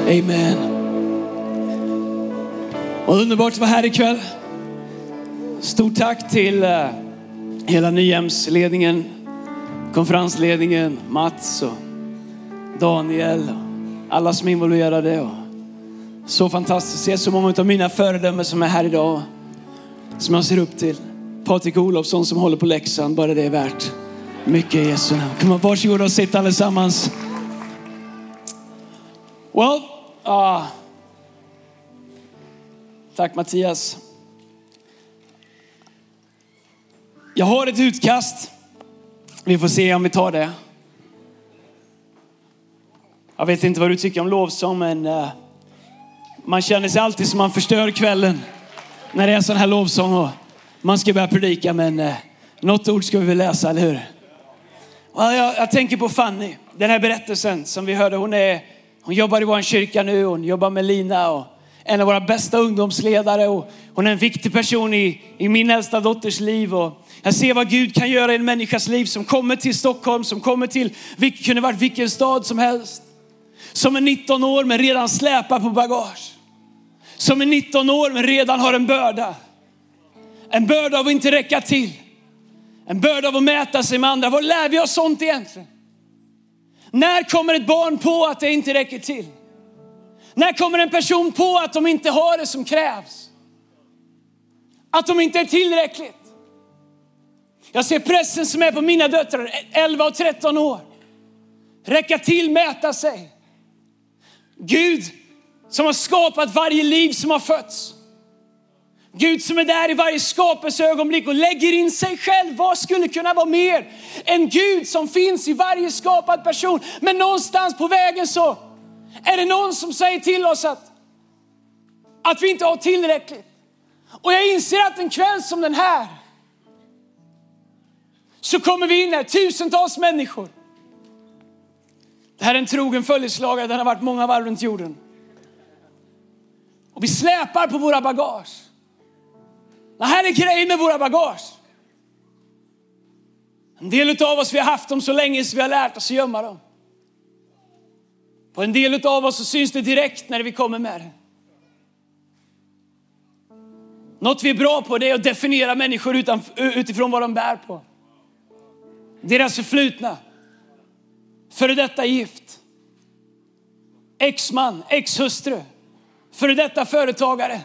Amen. Och underbart att vara här ikväll. Stort tack till hela Nyhemsledningen, konferensledningen, Mats och Daniel och alla som är involverade. Och så fantastiskt att se så många av mina föredömen som är här idag, som jag ser upp till. Patrik Olofsson som håller på Leksand, bara det är värt mycket i Jesu namn. Kom och varsågoda och sitta allesammans. Well, tack Mattias. Jag har ett utkast. Vi får se om vi tar det. Jag vet inte vad du tycker om lovsång, men man känner sig alltid som man förstör kvällen när det är sån här lovsång och man ska börja predika, men något ord ska vi väl läsa, eller hur? Jag tänker på Fanny, den här berättelsen som vi hörde. Hon jobbar i vår kyrka nu, hon jobbar med Lina och en av våra bästa ungdomsledare, och hon är en viktig person i min äldsta dotters liv. Och jag ser vad Gud kan göra i en människas liv som kommer till Stockholm, som kommer till, kunde varit vilken stad som helst. Som är 19 år men redan släpar på bagage. Som är 19 år men redan har en börda. En börda av att inte räcka till. En börda av att mäta sig med andra. Vad lär vi oss sånt egentligen? När kommer ett barn på att det inte räcker till? När kommer en person på att de inte har det som krävs? Att de inte är tillräckligt? Jag ser pressen som är på mina döttrar, 11 och 13 år. Räcka till, mäta sig. Gud som har skapat varje liv som har fötts. Gud som är där i varje skapelseögonblick och lägger in sig själv. Vad skulle kunna vara mer än Gud som finns i varje skapad person? Men någonstans på vägen så är det någon som säger till oss att vi inte har tillräckligt. Och jag inser att en kväll som den här så kommer vi in här, tusentals människor. Det här är en trogen följeslagare, den har varit många varv runt jorden. Och vi släpar på våra bagage. Det här är grejen med våra bagage. En del av oss, vi har haft dem så länge så vi har lärt oss att gömma dem. På en del av oss så syns det direkt när vi kommer med det. Något vi är bra på, det är att definiera människor utifrån vad de bär på. Deras förflutna. Före detta gift. Ex-man, ex-hustru. Före detta företagare.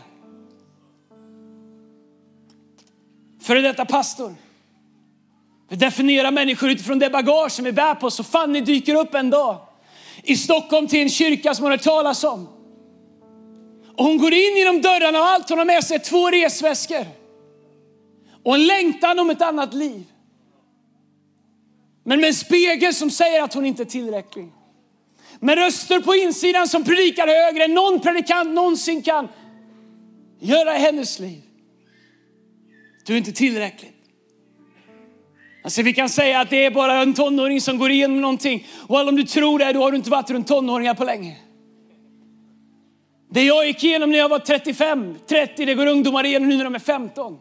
Före detta pastor. Vi definierar människor utifrån det bagage som vi bär på. Så Fanny dyker upp en dag i Stockholm till en kyrka som hon har talas om. Och hon går in genom dörrarna och allt hon har med sig 2 resväskor. Och en längtan om ett annat liv. Men med en spegel som säger att hon inte är tillräcklig. Med röster på insidan som predikar högre än någon predikant någonsin kan göra i hennes liv. Du är inte tillräcklig. Alltså vi kan säga att det är bara en tonåring som går igenom någonting. Och om du tror det, då har du inte varit runt tonåringar på länge. Det jag gick igenom när jag var 35, 30, det går ungdomar igenom nu när de är 15.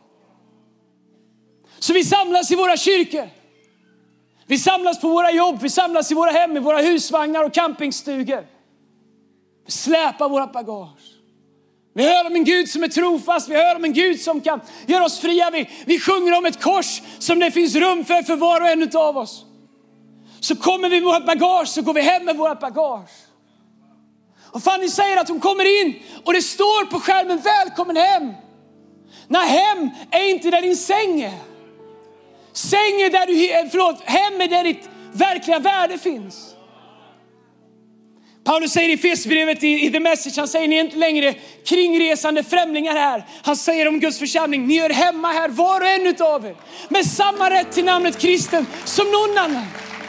Så vi samlas i våra kyrkor. Vi samlas på våra jobb, vi samlas i våra hem, i våra husvagnar och campingstugor. Vi släpar våra bagage. Vi hör om en Gud som är trofast, vi hör om en Gud som kan göra oss fria. Vi sjunger om ett kors som det finns rum för var och en av oss. Så kommer vi med vårt bagage, så går vi hem med vårt bagage. Och Fanny säger att hon kommer in och det står på skärmen, välkommen hem. Nej, hem är inte där din säng är. Säng är där hem är där ditt verkliga värde finns. Paulus säger i Efesierbrevet i The Message, han säger ni är inte längre kringresande främlingar här. Han säger om Guds församling, ni är hemma här var och en utav er. Med samma rätt till namnet kristen som någon annan.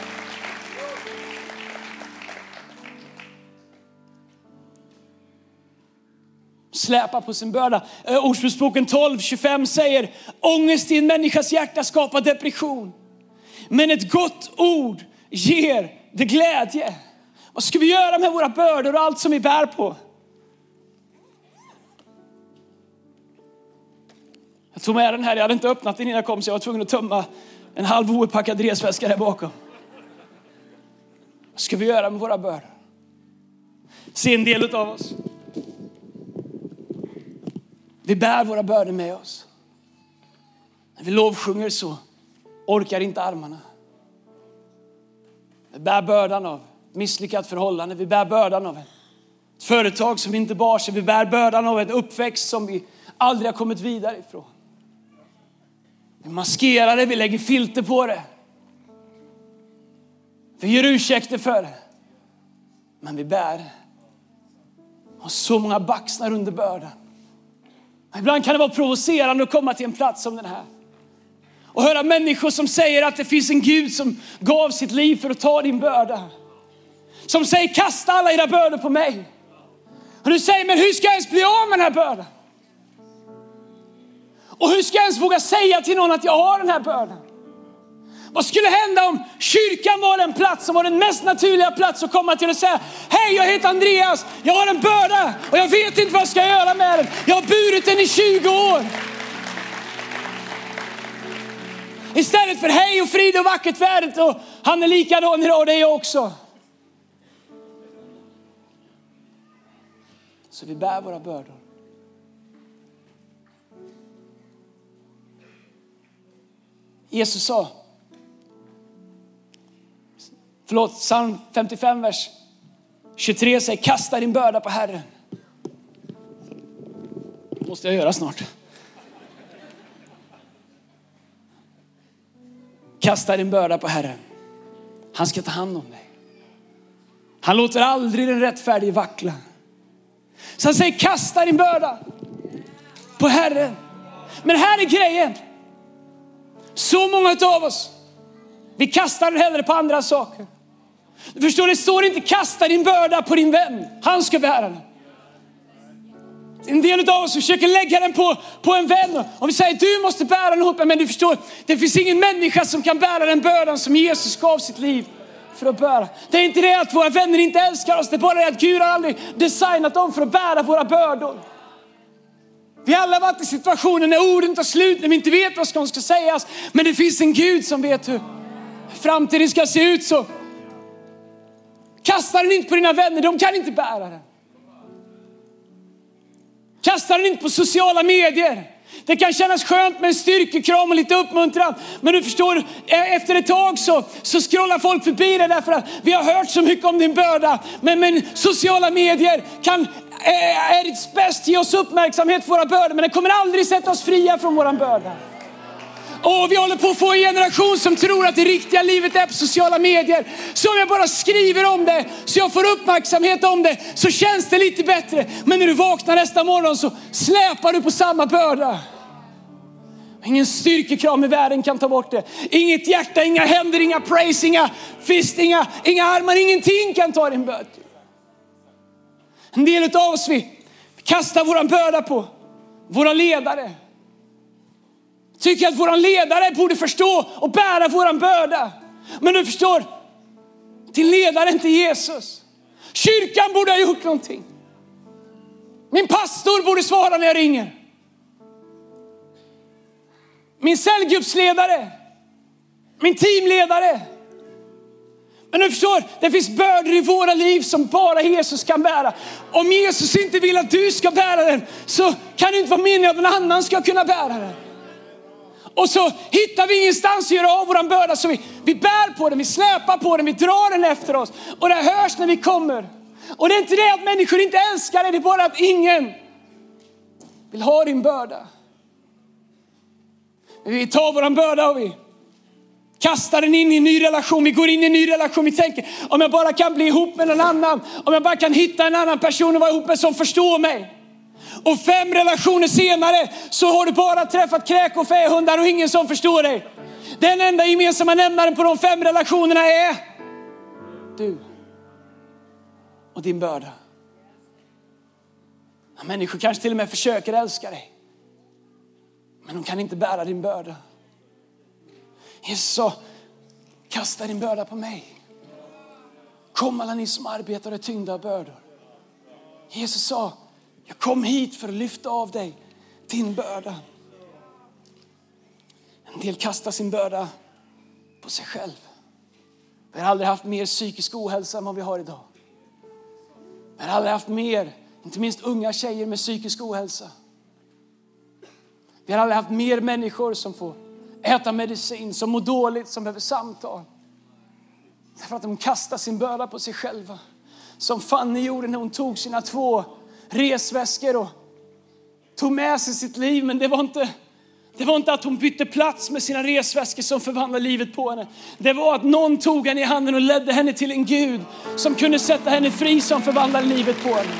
Släpa på sin börda. Ordspråksboken 12:25 säger, ångest i en människas hjärta skapar depression. Men ett gott ord ger det glädje. Vad ska vi göra med våra bördor och allt som vi bär på? Jag tog med den här, jag hade inte öppnat den innan jag kom så jag var tvungen att tömma en halv ouppackad resväska där bakom. Vad ska vi göra med våra bördor? Se en del av oss. Vi bär våra bördor med oss. När vi lovsjunger så orkar inte armarna. Vi bär bördan av misslyckat förhållande. Vi bär bördan av ett företag som inte bar sig. Vi bär bördan av en uppväxt som vi aldrig har kommit vidare ifrån. Vi maskerar det, vi lägger filter på det. Vi gör ursäkter för det. Men vi bär. Och så många baxnar under bördan. Ibland kan det vara provocerande att komma till en plats som den här. Och höra människor som säger att det finns en Gud som gav sitt liv för att ta din börda. Som säger, kasta alla era bördor på mig. Och du säger, men hur ska jag ens bli av med den här bördan? Och hur ska jag ens våga säga till någon att jag har den här bördan? Vad skulle hända om kyrkan var den plats som var den mest naturliga plats att komma till och säga, hej, jag heter Andreas, jag har en börda och jag vet inte vad jag ska göra med den. Jag har burit den i 20 år. Istället för hej och frid och vackert värdet och han är likadan idag och det är jag också. Så vi bär våra bördor. Jesus sa, Psalm 55 vers 23 säger, kasta din börda på Herren. Det måste jag göra snart. Kasta din börda på Herren. Han ska ta hand om dig. Han låter aldrig den rättfärdige vackla. Så han säger, kasta din börda på Herren. Men här är grejen. Så många av oss, vi kastar den hellre på andra saker. Du förstår, det står inte kasta din börda på din vän. Han ska bära den. En del av oss försöker lägga den på en vän. Och vi säger, du måste bära den ihop. Men du förstår, det finns ingen människa som kan bära den bördan som Jesus gav sitt liv för att bära. Det är inte det att våra vänner inte älskar oss. Det är bara det att Gud har aldrig designat dem för att bära våra bördor. Vi har alla varit i situationen när orden tar slut, när vi inte vet vad som ska sägas. Men det finns en Gud som vet hur framtiden ska se ut. Så kasta den inte på dina vänner, de kan inte bära den. Kasta den inte på sociala medier. Det kan kännas skönt med en styrkekram och lite uppmuntran. Men du förstår, efter ett tag så scrollar folk förbi det därför att vi har hört så mycket om din börda. Men sociala medier är ett bäst ge oss uppmärksamhet för våra bördor. Men det kommer aldrig sätta oss fria från våran börda. Och vi håller på att få en generation som tror att det riktiga livet är på sociala medier. Så om jag bara skriver om det, så jag får uppmärksamhet om det, så känns det lite bättre. Men när du vaknar nästa morgon så släpar du på samma börda. Ingen styrkekram i världen kan ta bort det. Inget hjärta, inga händer, inga praise, inga fist, inga armar, ingenting kan ta din börda. En del av oss, vi kastar våran börda på våra ledare. Tycker att våran ledare borde förstå och bära våran börda. Men du förstår, till ledaren till Jesus. Kyrkan borde ha gjort någonting. Min pastor borde svara när jag ringer. Min cellgruppsledare. Min teamledare. Men du förstår, det finns bördor i våra liv som bara Jesus kan bära. Om Jesus inte vill att du ska bära den, så kan det inte vara meningen att någon annan ska kunna bära den. Och så hittar vi ingenstans att göra av våran börda, så vi bär på den, vi släpar på den, vi drar den efter oss. Och det hörs när vi kommer. Och det är inte det att människor inte älskar det, det är bara att ingen vill ha din börda. Vi tar våran börda och vi kastar den in i en ny relation. Vi går in i en ny relation. Vi tänker, om jag bara kan bli ihop med någon annan. Om jag bara kan hitta en annan person och vara ihop med som förstår mig. Och 5 relationer senare så har du bara träffat kräk och fähundar och ingen som förstår dig. Den enda gemensamma nämnaren på de 5 relationerna är du och din börda. Människor kanske till och med försöker älska dig, men de kan inte bära din börda. Jesus sa, kasta din börda på mig. Kom alla ni som arbetar och är tyngda av bördor. Jesus sa, jag kom hit för att lyfta av dig din börda. En del kastar sin börda på sig själv. Vi har aldrig haft mer psykisk ohälsa än vad vi har idag. Vi har aldrig haft mer, inte minst unga tjejer med psykisk ohälsa. Vi har aldrig haft mer människor som får äta medicin, som mår dåligt, som behöver samtal. Därför att de kastar sin börda på sig själva. Som Fanny gjorde när hon tog sina 2 resväskor och tog med sig sitt liv. Men det var inte att hon bytte plats med sina resväskor som förvandlade livet på henne. Det var att någon tog henne i handen och ledde henne till en Gud som kunde sätta henne fri, som förvandlade livet på henne.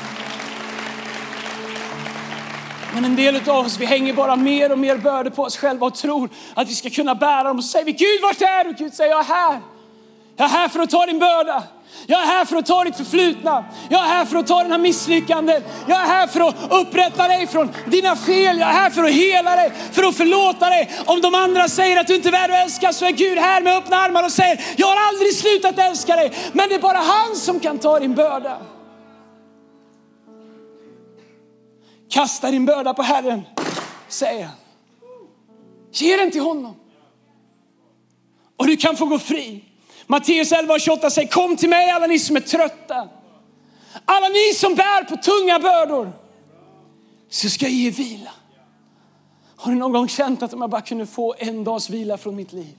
Men en del av oss, vi hänger bara mer och mer bördor på oss själva och tror att vi ska kunna bära dem. Och så säger vi, Gud, vart är du? Gud säger, jag är här. Jag är här för att ta din börda. Jag är här för att ta ditt förflutna. Jag är här för att ta dina misslyckanden. Jag är här för att upprätta dig från dina fel. Jag är här för att hela dig, för att förlåta dig. Om de andra säger att du inte är värd att älska, så är Gud här med öppna armar och säger, jag har aldrig slutat älska dig. Men det är bara han som kan ta din börda. Kasta din börda på Herren, säger han. Ge den till honom. Och du kan få gå fri. Matteus 11:28 säger, kom till mig alla ni som är trötta. Alla ni som bär på tunga bördor. Så ska jag ge vila. Har du någon gång känt att om jag bara kunde få en dags vila från mitt liv?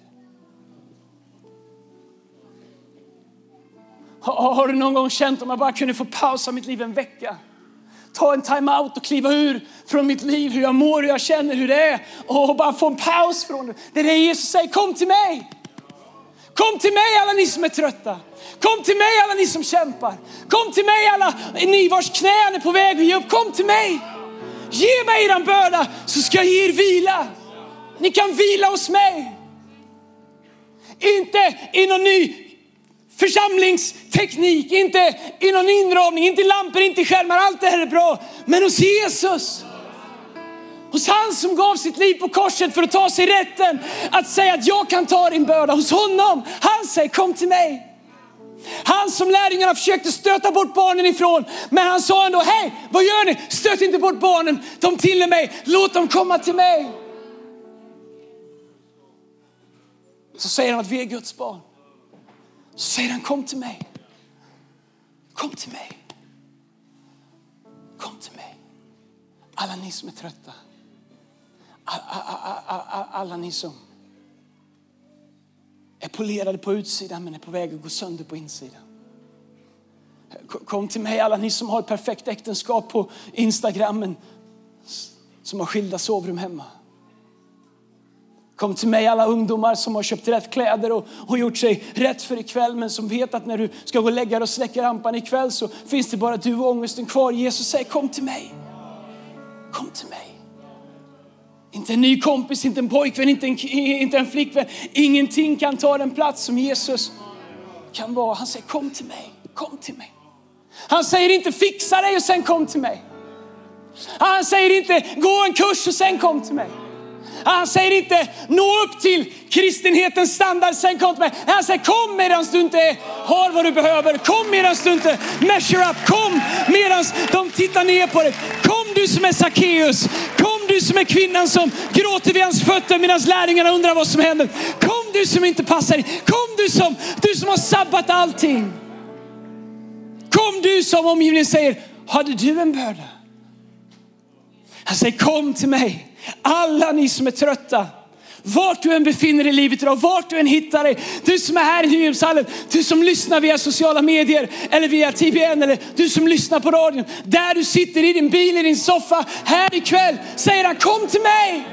Har du någon gång känt om jag bara kunde få pausa mitt liv en vecka? Ta en time out och kliva ur från mitt liv, hur jag mår, hur jag känner, hur det är. Och bara få en paus från det. Det är det Jesus säger, kom till mig. Kom till mig alla ni som är trötta. Kom till mig alla ni som kämpar. Kom till mig alla ni vars knän är på väg att ge upp. Kom till mig. Ge mig eran börda så ska jag ge er vila. Ni kan vila hos mig. Inte i någon ny församlingsteknik. Inte i någon inramning. Inte i lampor, inte i skärmar. Allt det här är bra. Men hos Jesus. Hos han som gav sitt liv på korset för att ta sig rätten att säga att jag kan ta din börda. Hos honom, han säger kom till mig. Han som lärjungarna försökte stöta bort barnen ifrån. Men han sa ändå, hej, vad gör ni? Stöt inte bort barnen, de till mig. Låt dem komma till mig. Så säger han att vi är Guds barn. Så säger han, kom till mig. Kom till mig. Kom till mig. Alla ni som är trötta. Alla ni som är polerade på utsidan men är på väg att gå sönder på insidan. Kom till mig alla ni som har ett perfekt äktenskap på Instagrammen, som har skilda sovrum hemma. Kom till mig alla ungdomar som har köpt rätt kläder och gjort sig rätt för ikväll, men som vet att när du ska gå och lägga dig och släcka lampan ikväll så finns det bara du och ångesten kvar. Jesus säger kom till mig. Kom till mig. Inte en ny kompis, inte en pojkvän, inte en flickvän. Ingenting kan ta den plats som Jesus kan vara. Han säger kom till mig, kom till mig. Han säger inte fixa dig och sen kom till mig. Han säger inte gå en kurs och sen kom till mig. Han säger inte nå upp till kristenhetens standard sen kom till mig. Han säger kom medan du inte har vad du behöver. Kom medan du inte measure up. Kom medan de tittar ner på dig. Kom du som är Zacchaeus. Kom du som är kvinnan som gråter vid hans fötter medan lärjungarna undrar vad som händer. Kom du som inte passar in. Kom du som har sabbat allting. Kom du som omgivningen säger hade du en börda? Han säger kom till mig. Alla ni som är trötta. Vart du än befinner dig i livet idag. Vart du än hittar dig. Du som är här i Nyhemshallen. Du som lyssnar via sociala medier. Eller via TBN. Eller du som lyssnar på radion. Där du sitter i din bil, i din soffa. Här ikväll säger han kom till mig.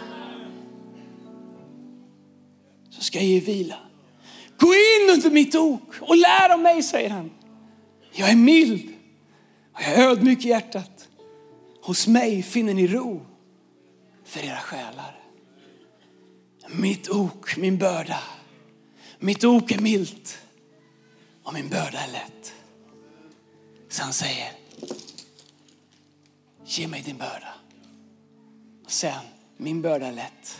Så ska jag ge vila. Gå in under mitt ok. Och lär av mig, säger han. Jag är mild. Och jag är ödmjuk i hjärtat. Hos mig finner ni ro för era själar. Mitt ok, min börda. Mitt ok är milt och min börda är lätt. Så han säger, ge mig din börda. Och sen, min börda är lätt.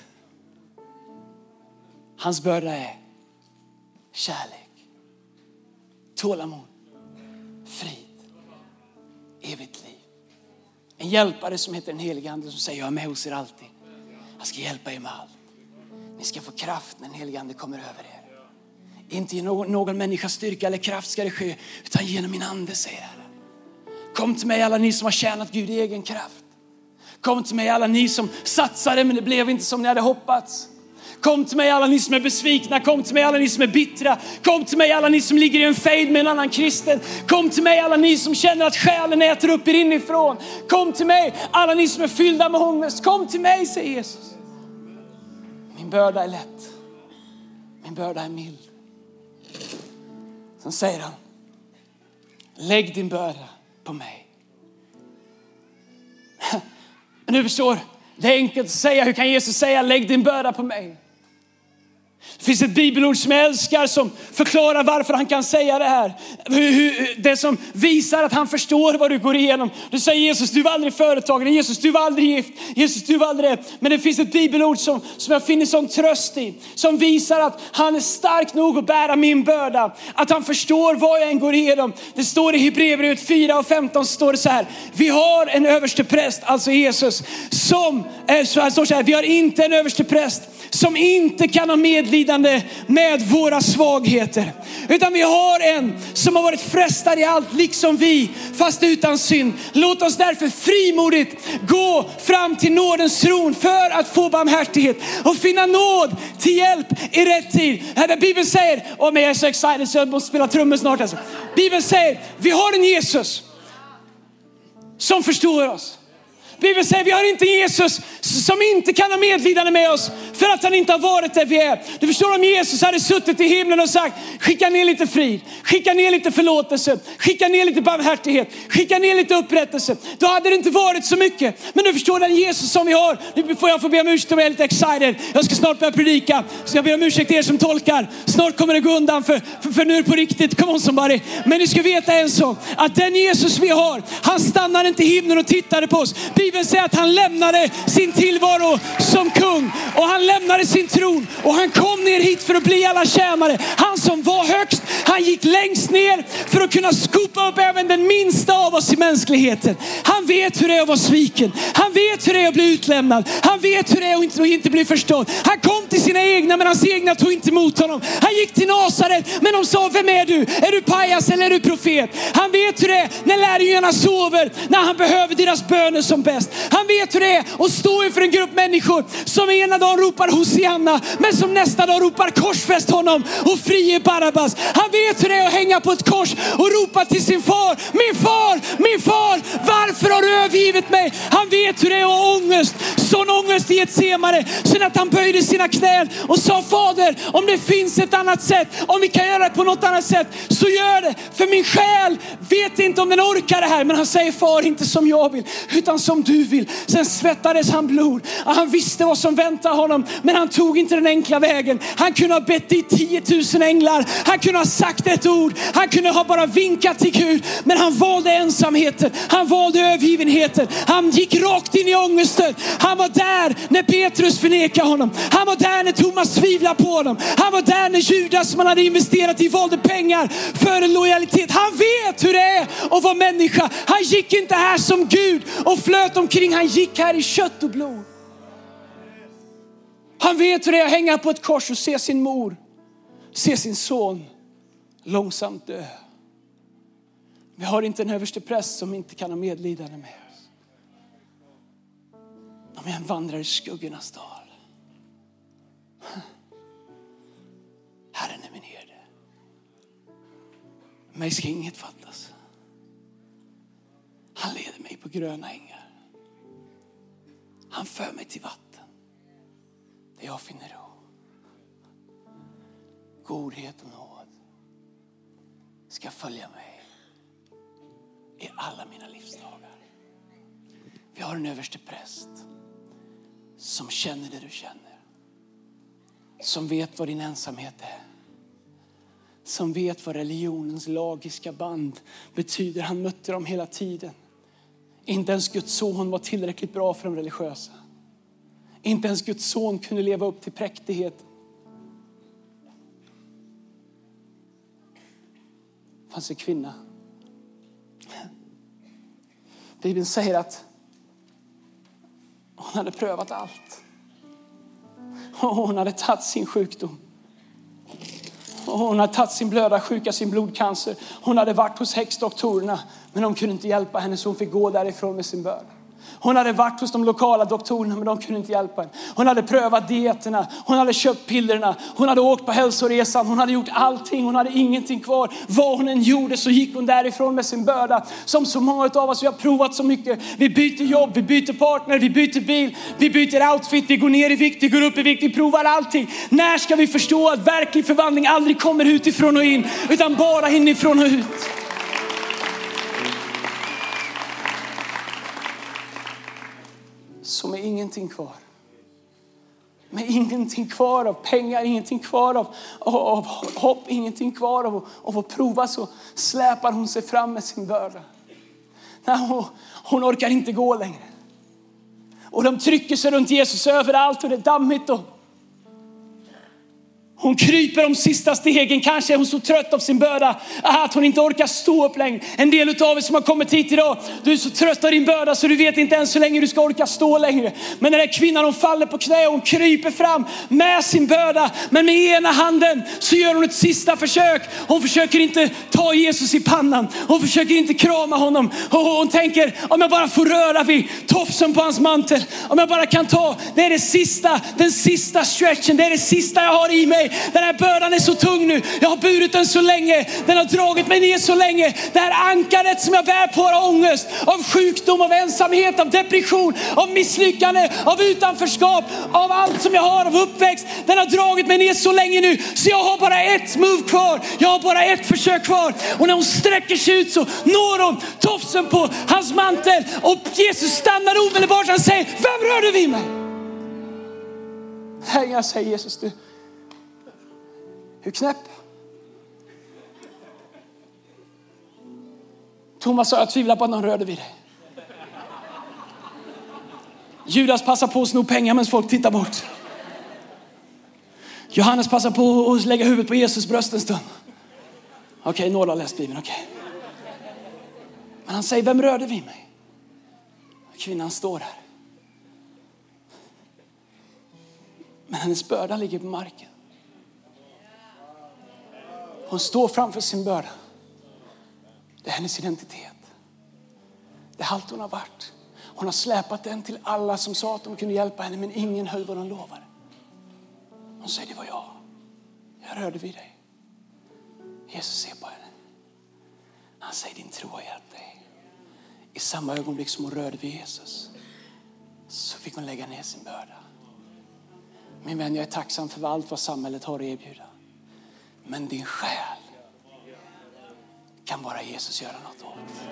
Hans börda är kärlek, tålamod, frid, evigt liv. En hjälpare som heter den helige ande som säger jag är med hos er alltid. Jag ska hjälpa er med allt. Ni ska få kraft när den helige ande kommer över er. Inte i någon människas styrka eller kraft ska det ske utan genom min ande, säger Herren. Kom till mig alla ni som har tjänat Gud i egen kraft. Kom till mig alla ni som satsade men det blev inte som ni hade hoppats. Kom till mig alla ni som är besvikna. Kom till mig alla ni som är bittra. Kom till mig alla ni som ligger i en fejd med en annan kristen. Kom till mig alla ni som känner att själen äter upp er inifrån. Kom till mig alla ni som är fyllda med ångest. Kom till mig, säger Jesus. Min börda är lätt. Min börda är mild. Sen säger han: lägg din börda på mig. Men du förstår, det är enkelt att säga. Hur kan Jesus säga lägg din börda på mig? Det finns ett bibelord som jag älskar som förklarar varför han kan säga det här. Det som visar att han förstår vad du går igenom. Du säger Jesus, du var aldrig företagare. Jesus, du var aldrig gift. Jesus, du var aldrig det. Men det finns ett bibelord som jag finner sån tröst i. Som visar att han är stark nog att bära min börda. Att han förstår vad jag än går igenom. Det står i Hebreerbrevet 4:15 står det så här: vi har en överstepräst, alltså Jesus, som står så här: vi har inte en överstepräst som inte kan ha medlidande med våra svagheter. Utan vi har en som har varit frestad i allt liksom vi, fast utan synd. Låt oss därför frimodigt gå fram till nådens tron för att få barmhärtighet och finna nåd till hjälp i rätt tid. Här Bibeln säger, men jag är så excited så jag måste spela trummor snart alltså. Bibeln säger, vi har en Jesus som förstår oss. Bibeln säger vi har inte Jesus som inte kan ha medlidande med oss för att han inte har varit där vi är. Du förstår, om Jesus hade suttit i himlen och sagt skicka ner lite frid, skicka ner lite förlåtelse, skicka ner lite barmhärtighet, skicka ner lite upprättelse, då hade det inte varit så mycket. Men du förstår, den Jesus som vi har, nu får jag få be om ursäkt om jag är lite excited. Jag ska snart börja predika, så jag ber om ursäkt till er som tolkar. Snart kommer det gå undan för nu är det på riktigt. Come on somebody. Men ni ska veta en sak, att den Jesus vi har, han stannade inte i himlen och tittade på oss. Bibeln säger att han lämnade sin tillvaro som kung och han lämnade sin tron och han kom ner hit för att bli alla tjänare. Han som var högst, han gick längst ner för att kunna skopa upp även den minsta av oss i mänskligheten. Han vet hur det är att vara sviken. Han vet hur det är att bli utlämnad. Han vet hur det är att inte bli förstådd. Han kom till sina egna, men hans egna tog inte emot honom. Han gick till Nasaret, men de sa, vem är du? Är du pajas eller är du profet? Han vet hur det är när lärjungarna sover, när han behöver deras böner som bäst. Han vet hur det är att stå inför en grupp människor som ena dagen ropar Hosianna, men som nästa dag ropar korsfäst honom och frige Barabbas. Han vet hur det är att hänga på ett kors och ropa till sin far, min far, varför har du övergivit mig? Han vet hur det är att ha ångest, sån ångest i ett semare, så att han böjde sina knän och sa, Fader, om det finns ett annat sätt, om vi kan göra det på något annat sätt, så gör det, för min själ vet inte om den orkar det här. Men han säger, far, inte som jag vill utan som du vill. Sen svettades han blod. Han visste vad som väntade honom, men han tog inte den enkla vägen. Han kunde ha bett i 10 000 änglar. Han kunde ha sagt ett ord. Han kunde ha bara vinkat till Gud. Men han valde ensamheten. Han valde övergivenheten. Han gick rakt in i ångesten. Han var där när Petrus förnekade honom. Han var där när Thomas tvivlade på honom. Han var där när Judas, som han hade investerat i, valde pengar för en lojalitet. Han vet hur det är att vara människa. Han gick inte här som Gud och flöt omkring. Han gick här i kött och blod. Han vet hur det är att hänga på ett kors och se sin mor, se sin son långsamt dö. Vi har inte en överste präst som inte kan ha medlidande med oss. Om jag vandrar i skuggornas dal, Herren är min herde. Mig ska inget fattas. Han leder mig på gröna ängar. Han för mig till vatten där jag finner ro. Godhet och nåd ska följa mig i alla mina livsdagar. Vi har en överste präst som känner det du känner. Som vet vad din ensamhet är. Som vet vad religionens lagiska band betyder. Han mötte dem hela tiden. Inte ens Guds son var tillräckligt bra för de religiösa. Inte ens Guds son kunde leva upp till präktighet. Det fanns en kvinna. Bibeln säger att hon hade prövat allt. Och hon hade tagit sin sjukdom. Och hon hade tagit sin blödarsjuka, sin blodcancer. Hon hade varit hos häxdoktorerna. Men de kunde inte hjälpa henne, så hon fick gå därifrån med sin börda. Hon hade varit hos de lokala doktorerna, men de kunde inte hjälpa henne. Hon hade prövat dieterna. Hon hade köpt pillerna. Hon hade åkt på hälsoresan. Hon hade gjort allting. Hon hade ingenting kvar. Vad hon än gjorde så gick hon därifrån med sin börda. Som så många av oss, vi har provat så mycket. Vi byter jobb, vi byter partner, vi byter bil. Vi byter outfit, vi går ner i vikt, vi går upp i vikt. Vi provar allting. När ska vi förstå att verklig förvandling aldrig kommer utifrån och in, utan bara inifrån och ut? Så med ingenting kvar. Med ingenting kvar av pengar, ingenting kvar av hopp, ingenting kvar av att prova, så släpar hon sig fram med sin börda. Hon orkar inte gå längre. Och de trycker sig runt Jesus överallt och det är dammigt. Och hon kryper de sista stegen. Kanske är hon så trött av sin börda att hon inte orkar stå upp längre. En del av er som har kommit hit idag, du är så trött av din börda så du vet inte ens hur länge du ska orka stå längre. Men den här kvinnan, hon faller på knä och hon kryper fram med sin börda. Men med ena handen så gör hon ett sista försök. Hon försöker inte ta Jesus i pannan. Hon försöker inte krama honom. Och hon tänker, om jag bara får röra vid tofsen på hans mantel. Om jag bara kan ta, det är det sista, den sista stretchen. Det är det sista jag har i mig. Den här bördan är så tung nu. Jag har burit den så länge. Den har dragit mig ner så länge. Det här ankaret som jag bär på av ångest, av sjukdom, av ensamhet, av depression, av misslyckande, av utanförskap, av allt som jag har, av uppväxt. Den har dragit mig ner så länge nu. Så jag har bara ett move kvar. Jag har bara ett försök kvar. Och när hon sträcker sig ut så når hon tofsen på hans mantel. Och Jesus stannar omedelbart. Han säger, vem rörde vid mig? Jag säger, Jesus, du, hur knäpp? Thomas sa, jag tvivlar på att någon rörde vid dig. Judas passar på att sno pengar medan folk tittar bort. Johannes passar på att lägga huvudet på Jesus bröst en stund. Okej, några har läst Bibeln, okej. Men han säger, vem rörde vid mig? Kvinnan står här. Men hennes börda ligger på marken. Hon står framför sin börda. Det är hennes identitet. Det är allt hon har varit. Hon har släpat den till alla som sa att de kunde hjälpa henne, men ingen höll vad de lovade. Hon säger, det var jag. Jag rörde vid dig. Jesus ser på henne. Han säger, din tro har hjälpt dig. I samma ögonblick som hon rörde vid Jesus så fick hon lägga ner sin börda. Min vän, jag är tacksam för allt vad samhället har att erbjuda. Men din själ kan bara Jesus göra något åt.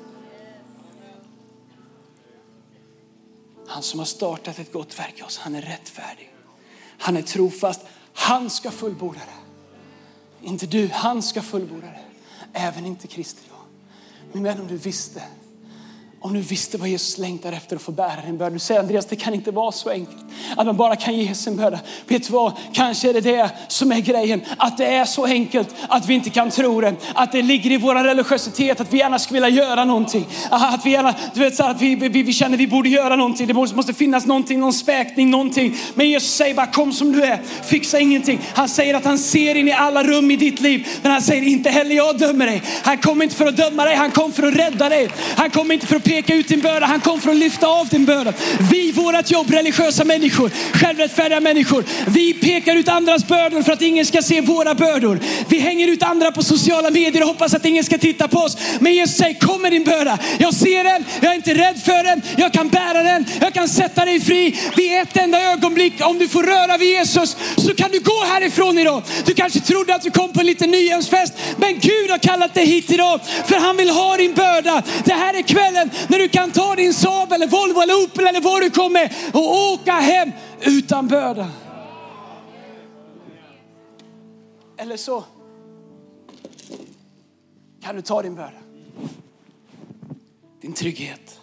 Han som har startat ett gott verk i oss, han är rättfärdig. Han är trofast. Han ska fullborda det. Inte du, han ska fullborda det. Även inte Kristi då. Min vän, om du visste vad Jesus längtar efter att få bära din börda. Du säger, Andreas, det kan inte vara så enkelt att man bara kan ge sin börda. Vet du vad? Kanske är det som är grejen. Att det är så enkelt att vi inte kan tro det. Att det ligger i vår religiositet att vi gärna skulle vilja göra någonting. Att vi gärna, du vet, så att vi känner att vi borde göra någonting. Det måste finnas någonting, någon späkning, någonting. Men Jesus säger bara, kom som du är. Fixa ingenting. Han säger att han ser in i alla rum i ditt liv. Men han säger, inte heller jag dömer dig. Han kommer inte för att döma dig. Han kom för att rädda dig. Han kommer inte för att peka ut din börda. Han kom för att lyfta av din börda. Vi, vårat jobb, religiösa människor, självrättfärdiga människor. Vi pekar ut andras bördor för att ingen ska se våra bördor. Vi hänger ut andra på sociala medier och hoppas att ingen ska titta på oss. Men Jesus säger, kom med din börda. Jag ser den. Jag är inte rädd för den. Jag kan bära den. Jag kan sätta dig fri. Vid ett enda ögonblick, om du får röra vid Jesus, så kan du gå härifrån idag. Du kanske trodde att du kom på en liten nyhemsfest. Men Gud har kallat dig hit idag. För han vill ha din börda. Det här är kvällen när du kan ta din Saab eller Volvo eller Opel eller vad du kommer och åka hem utan börda. Eller så kan du ta din börda. Din trygghet.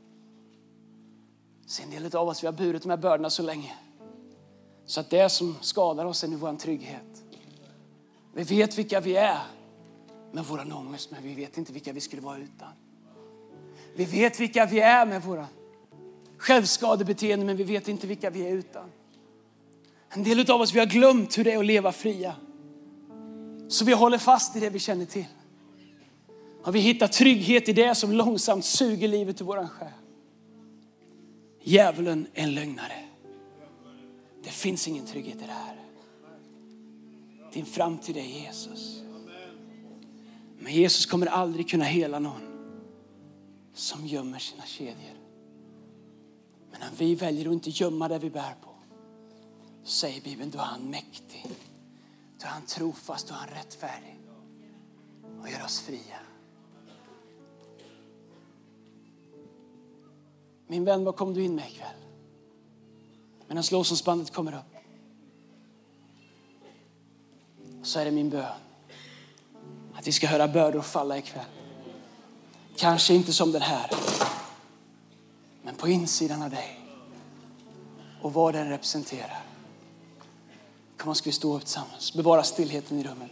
Så en del av oss, vi har burit de här bördorna så länge. Så att det som skadar oss är nu vår trygghet. Vi vet vilka vi är med våran ångest, men vi vet inte vilka vi skulle vara utan. Vi vet vilka vi är med våra självskadebeteende, men vi vet inte vilka vi är utan. En del av oss, vi har glömt hur det är att leva fria. Så vi håller fast i det vi känner till. Har vi hittat trygghet i det som långsamt suger livet ur våran själ? Djävulen är en lögnare. Det finns ingen trygghet i det här. Din framtid är Jesus. Men Jesus kommer aldrig kunna hela någon som gömmer sina kedjor. Men när vi väljer att inte gömma det vi bär på, så säger Bibeln, då är han mäktig. Då är han trofast, då är han rättfärdig. Och gör oss fria. Min vän, vad kom du in med ikväll? Medan lovsångsbandet kommer upp, så är det min bön att vi ska höra bördor falla ikväll. Kanske inte som den här, men på insidan av dig och vad den representerar. Kom on, ska vi stå upp tillsammans. Bevara stillheten i rummet.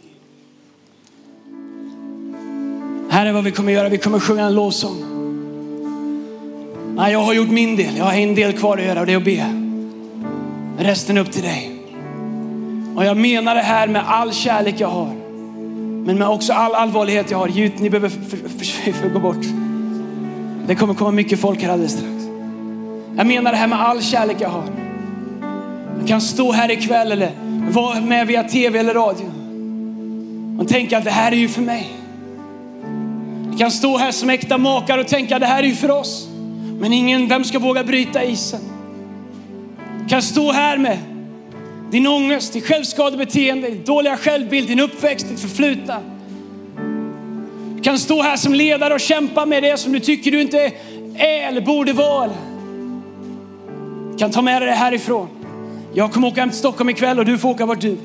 Här är vad vi kommer göra. Vi kommer sjunga en lovsång. Nej, jag har gjort min del. Jag har en del kvar att göra, och det är att be. Resten är upp till dig. Och jag menar det här med all kärlek jag har, men med också all allvarlighet jag har. Ni behöver för gå bort. Det kommer komma mycket folk här alldeles strax. Jag menar det här med all kärlek jag har. Jag kan stå här ikväll eller vara med via tv eller radio och tänka att det här är ju för mig. Jag kan stå här som äkta makar och tänka att det här är ju för oss. Men vem ska våga bryta isen? Jag kan stå här med din ångest, din självskadebeteende, din dåliga självbild, din uppväxt, ditt förflutna. Du kan stå här som ledare och kämpa med det som du tycker du inte är eller borde vara. Du kan ta med dig det härifrån. Jag kommer åka hem till Stockholm ikväll och du får åka vart du.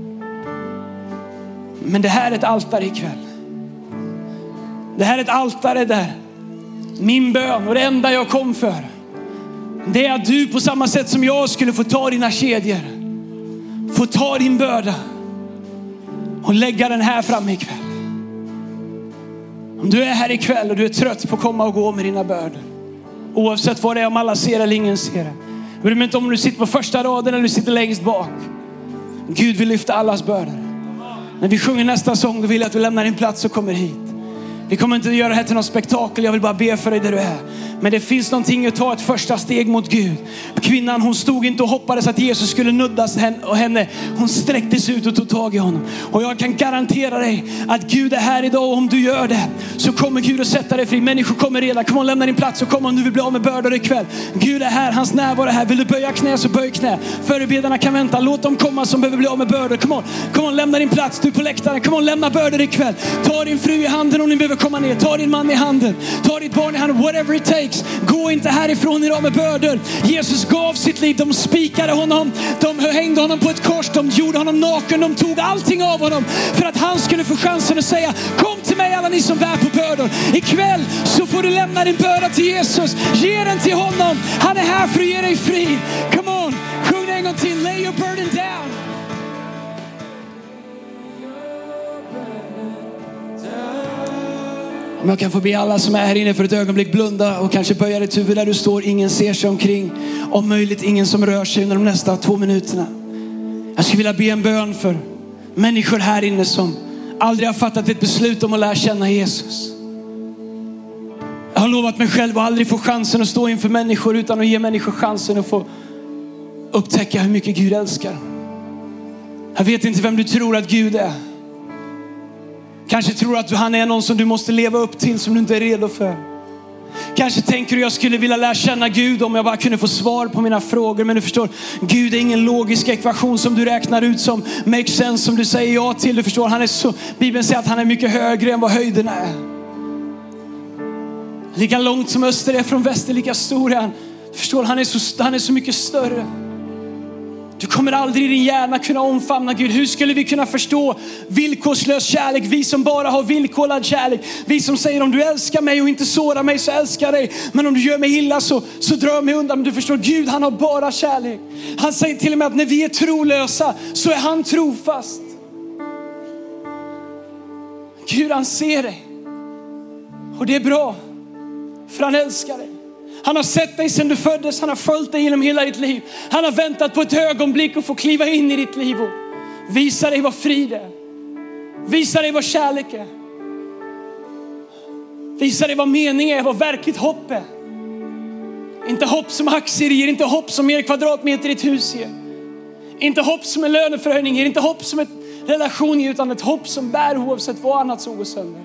Men det här är ett altare ikväll. Det här är ett altare där min bön och det enda jag kom för, det är att du på samma sätt som jag skulle få ta dina kedjor, få ta din börda och lägga den här framme ikväll. Om du är här ikväll och du är trött på att komma och gå med dina bördor, oavsett vad det är, om alla ser eller ingen ser det. Jag bryr mig inte om du sitter på första raden eller du sitter längst bak. Gud vill lyfta allas bördor. När vi sjunger nästa sång, då vill jag att du lämnar din plats och kommer hit. Vi kommer inte att göra det här till något spektakel. Jag vill bara be för dig där du är. Men det finns någonting att ta ett första steg mot Gud. Kvinnan, hon stod inte och hoppades att Jesus skulle nuddas henne. Hon sträcktes ut och tog tag i honom. Och jag kan garantera dig att Gud är här idag. Och om du gör det så kommer Gud att sätta dig fri. Människor kommer redan. Kom och lämna din plats och kom om du vill bli av med bördor ikväll. Gud är här, hans närvaro är här. Vill du böja knä så böj knä. Förebedarna kan vänta. Låt dem komma som behöver bli av med bördor. Kom on, lämna din plats. Du på läktaren. Kom on, lämna bördor ikväll. Ta din fru i handen om ni behöver komma ner. Ta din man i handen. Ta ditt barn i handen. Whatever it takes. Gå inte härifrån idag med bördor. Jesus gav sitt liv. De spikade honom. De hängde honom på ett kors. De gjorde honom naken. De tog allting av honom för att han skulle få chansen att säga: kom till mig alla ni som bär på bördor. Ikväll så får du lämna din börda till Jesus. Ge den till honom. Han är här för att ge dig fri. Come on. Sjung det en gång till. Lay your burden down. Om jag kan få be alla som är här inne för ett ögonblick blunda och kanske böja ditt huvud där du står. Ingen ser sig omkring. Om möjligt ingen som rör sig under de nästa 2 minuterna. Jag skulle vilja be en bön för människor här inne som aldrig har fattat ett beslut om att lära känna Jesus. Jag har lovat mig själv att aldrig få chansen att stå inför människor utan att ge människor chansen att få upptäcka hur mycket Gud älskar. Jag vet inte vem du tror att Gud är. Kanske tror att han är någon som du måste leva upp till, som du inte är redo för. Kanske tänker du: jag skulle vilja lära känna Gud om jag bara kunde få svar på mina frågor. Men du förstår, Gud är ingen logisk ekvation som du räknar ut som makes sense, som du säger ja till. Du förstår, han är så, Bibeln säger att han är mycket högre än vad höjden är. Lika långt som öster är från väster, lika stor är han. Du förstår, han är så mycket större. Du kommer aldrig i din hjärna kunna omfamna Gud. Hur skulle vi kunna förstå villkorslös kärlek? Vi som bara har villkorad kärlek. Vi som säger: om du älskar mig och inte sårar mig så älskar jag dig. Men om du gör mig illa så drar jag mig undan. Men du förstår, Gud, han har bara kärlek. Han säger till och med att när vi är trolösa så är han trofast. Gud, han ser dig. Och det är bra. För han älskar dig. Han har sett dig sedan du föddes. Han har följt dig genom hela ditt liv. Han har väntat på ett ögonblick och få kliva in i ditt liv och visa dig vad frid är. Visa dig vad kärlek är. Visa dig vad mening är, vad verkligt hopp är. Inte hopp som aktier ger, inte hopp som mer kvadratmeter i ett hus ger. Inte hopp som en löneförhöjning ger, inte hopp som en relation ger, utan ett hopp som bär oavsett vad annat som går sönder.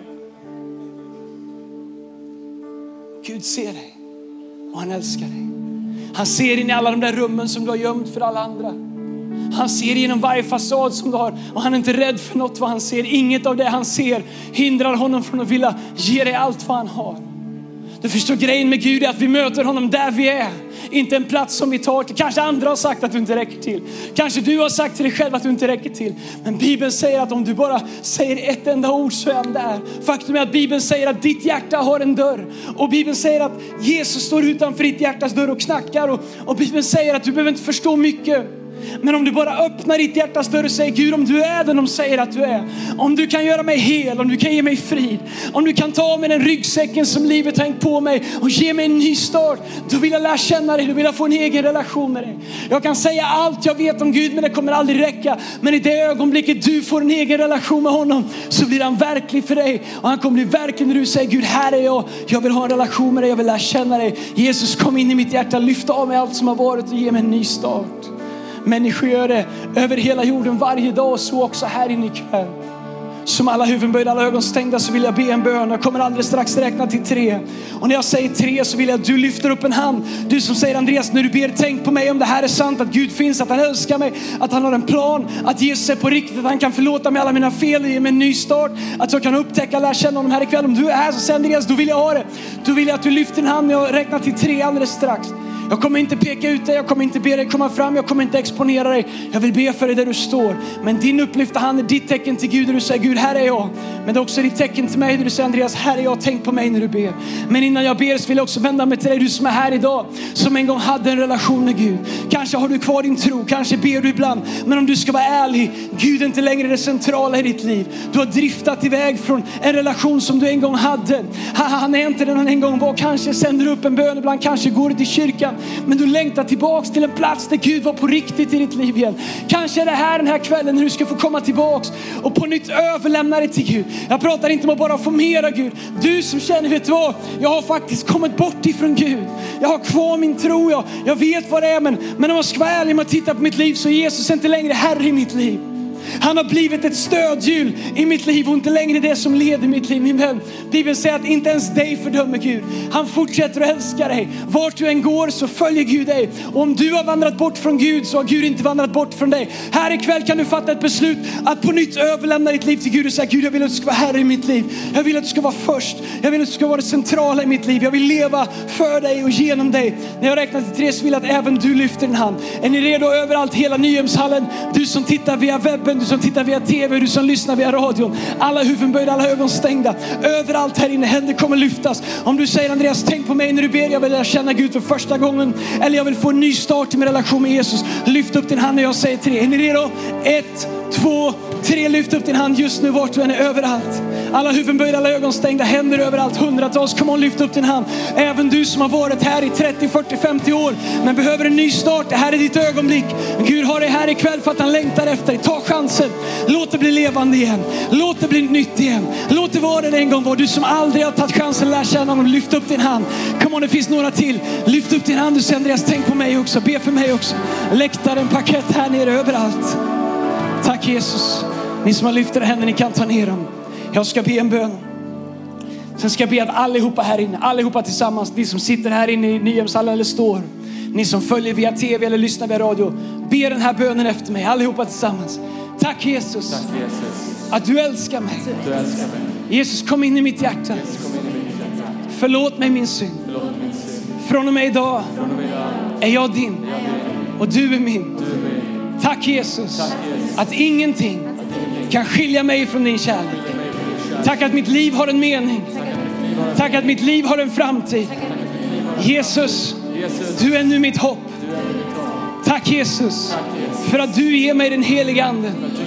Gud ser dig och han älskar dig. Han ser in i alla de där rummen som du har gömt för alla andra. Han ser genom varje fasad som du har och han är inte rädd för något vad han ser. Inget av det han ser hindrar honom från att vilja ge dig allt vad han har. Du förstår, grejen med Gud är att vi möter honom där vi är. Inte en plats som vi tar till. Kanske andra har sagt att du inte räcker till. Kanske du har sagt till dig själv att du inte räcker till. Men Bibeln säger att om du bara säger ett enda ord så är han där. Faktum är att Bibeln säger att ditt hjärta har en dörr. Och Bibeln säger att Jesus står utanför ditt hjärtas dörr och knackar. Och Bibeln säger att du behöver inte förstå mycket. Men om du bara öppnar ditt hjärtas dörr och säger Gud, om du är den de säger att du är. Om du kan göra mig hel, om du kan ge mig frid. Om du kan ta med den ryggsäcken som livet har hängt på mig och ge mig en ny start. Då vill jag lära känna dig, då vill jag få en egen relation med dig. Jag kan säga allt jag vet om Gud men det kommer aldrig räcka. Men i det ögonblicket du får en egen relation med honom så blir han verklig för dig. Och han kommer bli verklig när du säger Gud, här är jag vill ha en relation med dig, jag vill lära känna dig. Jesus, kom in i mitt hjärta, lyft av mig allt som har varit och ge mig en ny start. Människor gör det över hela jorden varje dag och så också här inne ikväll. Som alla huvuden böjda, alla ögon stängda så vill jag be en bön. Jag kommer alldeles strax räkna till 3. Och när jag säger 3 så vill jag att du lyfter upp en hand. Du som säger Andreas, när du ber, tänk på mig om det här är sant. Att Gud finns, att han älskar mig, att han har en plan. Att Jesus är på riktigt, att han kan förlåta mig alla mina fel och ge mig en ny start. Att jag kan upptäcka, lära känna honom här ikväll. Om du är här så säger Andreas, då vill jag ha det. Då vill jag att du lyfter en hand när jag räknar till 3 alldeles strax. Jag kommer inte peka ut dig, jag kommer inte be dig komma fram, jag kommer inte exponera dig. Jag vill be för dig där du står. Men din upplyfta hand är ditt tecken till Gud där du säger Gud, här är jag. Men det är också ditt tecken till mig där du säger Andreas, här är jag, tänk på mig när du ber. Men innan jag ber så vill jag också vända mig till dig, du som är här idag. Som en gång hade en relation med Gud. Kanske har du kvar din tro, kanske ber du ibland. Men om du ska vara ärlig, Gud är inte längre det centrala i ditt liv. Du har driftat iväg från en relation som du en gång hade. Han är inte den han en gång var. Kanske sänder du upp en bön ibland, kanske går du till kyrkan. Men du längtar tillbaks till en plats där Gud var på riktigt i ditt liv igen. Kanske är det här den här kvällen när du ska få komma tillbaks och på nytt överlämna dig till Gud. Jag pratar inte om att bara få mera Gud. Du som känner, vet du vad? Jag har faktiskt kommit bort ifrån Gud. Jag har kvar min tro. Jag vet vad det är. Men om jag ska vara ärlig med att titta på mitt liv så är Jesus inte längre Herre i mitt liv. Han har blivit ett stödhjul i mitt liv och inte längre det som leder mitt liv. Min vän, Bibeln säger att inte ens dig fördömer Gud. Han fortsätter att älska dig. Vart du än går så följer Gud dig. Och om du har vandrat bort från Gud så har Gud inte vandrat bort från dig. Här ikväll kan du fatta ett beslut att på nytt överlämna ditt liv till Gud och säga Gud, jag vill att du ska vara Herre i mitt liv. Jag vill att du ska vara först. Jag vill att du ska vara det centrala i mitt liv. Jag vill leva för dig och genom dig. När jag räknar till 3 så vill jag att även du lyfter din hand. Är ni redo överallt, hela Nyhemshallen? Du som tittar via webben, du som tittar via tv, du som lyssnar via radion. Alla huvuden böjda, alla ögon stängda. Överallt här inne, händer kommer lyftas. Om du säger Andreas, tänk på mig när du ber. Jag vill känna Gud för första gången. Eller jag vill få en ny start i min relation med Jesus. Lyft upp din hand när jag säger 3. Är ni redo? 1, 2, 3. Lyft upp din hand just nu vart du än är, överallt. Alla huvuden böjda, alla ögon stängda, händer överallt. Hundratals, kom on, lyft upp din hand. Även du som har varit här i 30, 40, 50 år men behöver en ny start. Det här är ditt ögonblick. Gud har dig här ikväll för att han längtar efter dig. Ta chansen. Låt det bli levande igen. Låt det bli nytt igen. Låt det vara det en gång var. Du som aldrig har tagit chansen, lär känna honom. Lyft upp din hand. Kom on, det finns några till. Lyft upp din hand. Du säger Andreas, tänk på mig också. Be för mig också. Läktaren, paket här nere, överallt. Tack Jesus. Ni som har lyft era händer, ni kan ta ner dem. Jag ska be en bön. Sen ska jag be att allihopa här inne, allihopa tillsammans, ni som sitter här inne i Nyhemshallen eller står, ni som följer via tv eller lyssnar via radio, be den här bönen efter mig, allihopa tillsammans. Tack Jesus, tack Jesus, att du älskar mig. Du älskar mig. Jesus, kom in i mitt hjärta. Förlåt mig min synd. Från och med idag är jag din och du är min. Tack Jesus, att ingenting kan skilja mig från din kärlek. Tack att mitt liv har en mening. Tack att mitt liv har en framtid. Jesus, du är nu mitt hopp. Tack Jesus, för att du ger mig den heliga ande.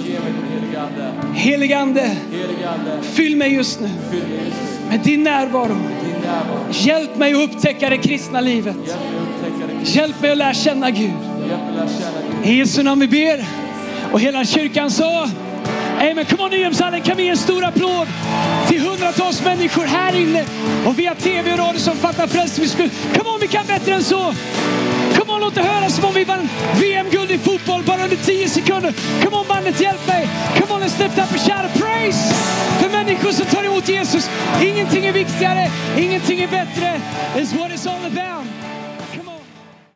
Heliga ande, fyll mig just nu med din närvaro. Hjälp mig att upptäcka det kristna livet. Hjälp mig att lära känna Gud. I Jesu namn vi ber. Och hela kyrkan sa Amen. Come on, Nyhemshallen, kan vi ge en stor applåd till hundratals människor här inne och via tv och radio som fattar frälsningsbeslut. Come on, vi kan bättre än så. Come on, låt det höra som om vi vann VM-guld i fotboll bara under 10 sekunder. Come on, bandet, hjälp mig. Come on, let's lift up a shout of praise för människor som tar emot Jesus. Ingenting är viktigare, ingenting är bättre. It's what it's all about.